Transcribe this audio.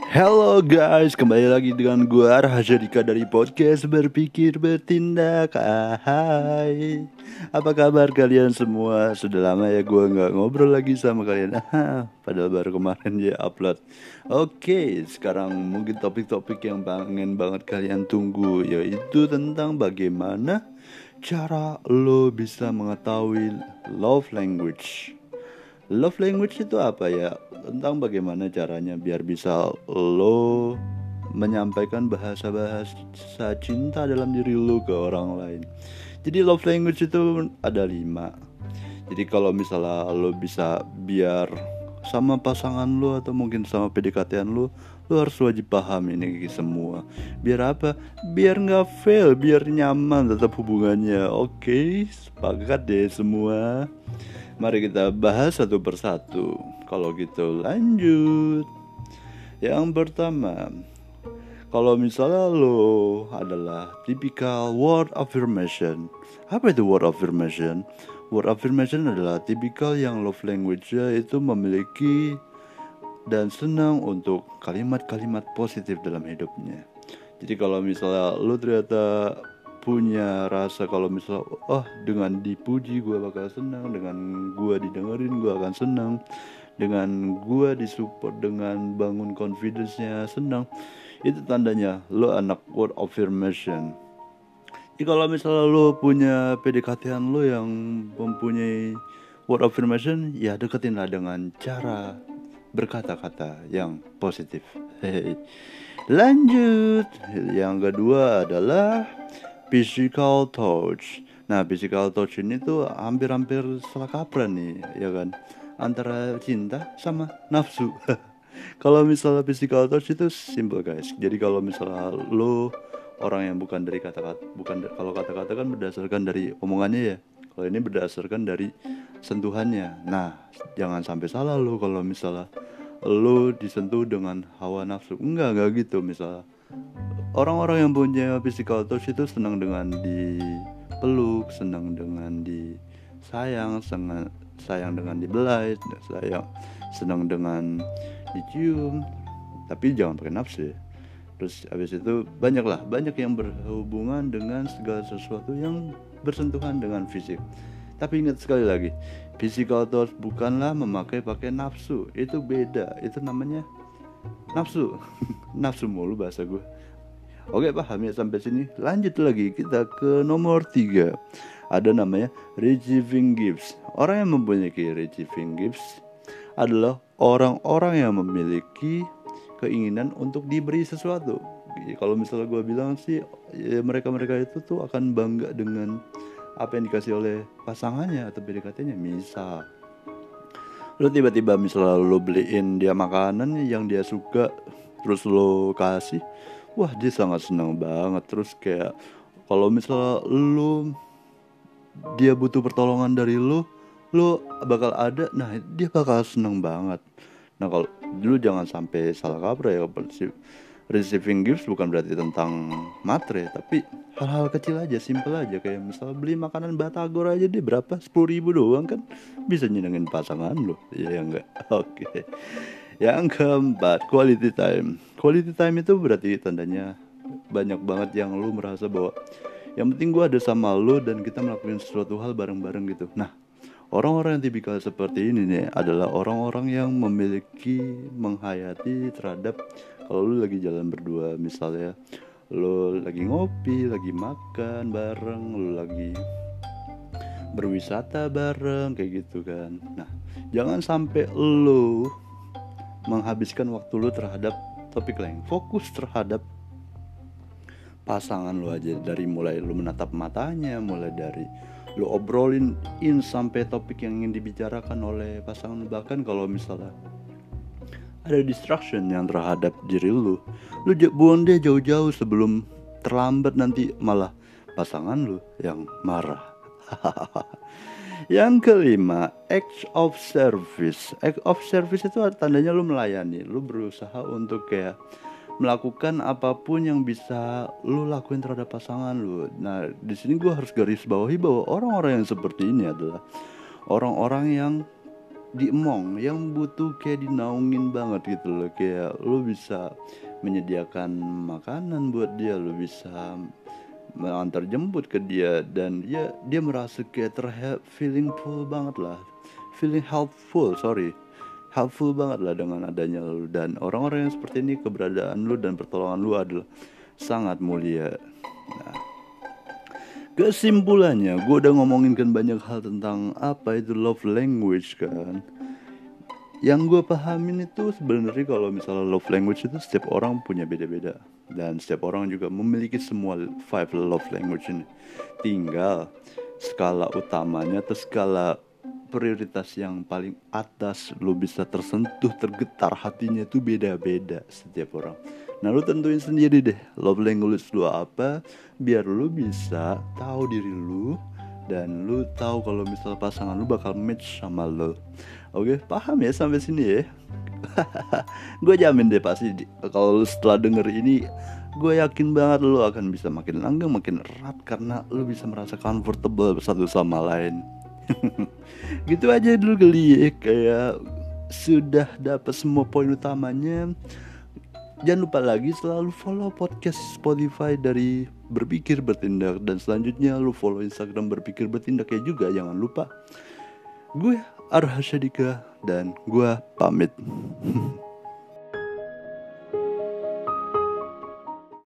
Hello guys, kembali lagi dengan gue Raja Dika dari podcast Berpikir Bertindak. Hai, apa kabar kalian semua? Sudah lama ya gue gak ngobrol lagi sama kalian. Padahal baru kemarin dia upload. Oke, sekarang mungkin topik-topik yang pengen banget kalian tunggu, yaitu tentang bagaimana cara lo bisa mengetahui love language. Love language itu apa ya? Tentang bagaimana caranya biar bisa lo menyampaikan bahasa-bahasa cinta dalam diri lo ke orang lain. Jadi love language itu ada 5. Jadi kalau misalnya lo bisa biar sama pasangan lo atau mungkin sama PDKT-an lo harus wajib paham ini semua. Biar apa? Biar gak fail, biar nyaman tetap hubungannya. Oke, sepakat deh semua. Mari kita bahas satu persatu. Kalau gitu lanjut. Yang pertama, kalau misalnya lo adalah tipikal word affirmation. Apa itu word affirmation? Word affirmation adalah tipikal yang love language-nya itu memiliki dan senang untuk kalimat-kalimat positif dalam hidupnya. Jadi kalau misalnya lo ternyata punya rasa kalau misalnya dengan dipuji gue bakal senang, dengan gue didengerin gue akan senang, dengan gue disupport, dengan bangun confidence-nya senang, itu tandanya lo anak word affirmation. Jadi kalau misalnya lo punya PDKT-an lo yang mempunyai word affirmation, ya deketinlah dengan cara berkata-kata yang positif. Lanjut, yang kedua adalah physical touch. Nah, physical touch ini tuh hampir-hampir salah kaprah nih, ya kan? Antara cinta sama nafsu. Kalau misalnya physical touch itu simple guys. Jadi kalau misalnya lo orang yang bukan dari kata-kata, kalau kata-kata kan berdasarkan dari omongannya ya. Kalau ini berdasarkan dari sentuhannya. Nah, jangan sampai salah lo kalau misalnya lo disentuh dengan hawa nafsu. Enggak gitu misalnya. Orang-orang yang punya physical touch itu senang dengan dipeluk, senang dengan disayang, sayang dengan dibelai, senang dengan dicium, tapi jangan pakai nafsu ya. Terus habis itu banyak yang berhubungan dengan segala sesuatu yang bersentuhan dengan fisik. Tapi ingat sekali lagi, physical touch bukanlah pakai nafsu. Itu beda, itu namanya nafsu. Nafsu mulu bahasa gue. Oke, paham ya sampai sini. Lanjut lagi, kita ke nomor 3. Ada namanya receiving gifts. Orang yang mempunyai receiving gifts adalah orang-orang yang memiliki keinginan untuk diberi sesuatu. Kalau misalnya gue bilang sih, ya mereka itu tuh akan bangga dengan apa yang dikasih oleh pasangannya atau PDKT-nya. Misal lo tiba-tiba misalnya lo beliin dia makanan yang dia suka, terus lo kasih, wah dia sangat senang banget. Terus kayak kalau misalnya dia butuh pertolongan dari lo bakal ada, nah dia bakal senang banget. Nah kalau dulu jangan sampai salah kaprah ya, receiving gifts bukan berarti tentang materi, tapi hal-hal kecil aja, simple aja, kayak misalnya beli makanan batagor aja deh, berapa, 10.000 doang kan bisa nyenengin pasangan lo, ya enggak? Oke. Yang keempat, quality time. Quality time itu berarti tandanya banyak banget yang lu merasa bahwa yang penting gue ada sama lu dan kita melakukan sesuatu hal bareng-bareng gitu. Nah, orang-orang yang tipikal seperti ini nih adalah orang-orang yang menghayati terhadap kalau lu lagi jalan berdua, misalnya lu lagi ngopi, lagi makan bareng, lu lagi berwisata bareng kayak gitu kan. Nah, jangan sampai lu menghabiskan waktu lu terhadap topik lain. Fokus terhadap pasangan lu aja, dari mulai lu menatap matanya, mulai dari lu obrolin sampai topik yang ingin dibicarakan oleh pasangan. Bahkan kalau misalnya ada distraction yang terhadap diri lu buang dia jauh-jauh sebelum terlambat, nanti malah pasangan lu yang marah. Yang kelima, act of service. Act of service itu tandanya lu melayani, lu berusaha untuk kayak melakukan apapun yang bisa lu lakuin terhadap pasangan lu. Nah, di sini gue harus garis bawahi bahwa orang-orang yang seperti ini adalah orang-orang yang diemong, yang butuh kayak dinaungin banget gitu loh. Kayak lu bisa menyediakan makanan buat dia, lu bisa mengantar jemput ke dia, dan dia merasa kayak feeling full banget lah, feeling helpful banget lah dengan adanya lu. Dan orang-orang yang seperti ini, keberadaan lu dan pertolongan lu adalah sangat mulia. Nah, kesimpulannya, gue udah ngomongin kan banyak hal tentang apa itu love language kan. Yang gue pahamin itu sebenarnya kalau misalnya love language itu setiap orang punya beda-beda, dan setiap orang juga memiliki semua 5 love language ini. Tinggal skala utamanya atau skala prioritas yang paling atas lu bisa tersentuh, tergetar hatinya itu beda-beda setiap orang. Nah, lu tentuin sendiri deh love language lu apa, biar lu bisa tahu diri lu, dan lu tahu kalau misal pasangan lu bakal match sama lu. Oke, paham ya sampai sini ya? Gue jamin deh pasti kalau lu setelah denger ini, gue yakin banget lu akan bisa makin langgeng, makin erat, karena lu bisa merasa comfortable satu sama lain. Gitu aja dulu kali ya, kayak sudah dapat semua poin utamanya. Jangan lupa lagi selalu follow podcast Spotify dari Berpikir Bertindak, dan selanjutnya lu follow Instagram Berpikir Bertindak ya juga, jangan lupa. Gue Arha Syadika dan gue pamit.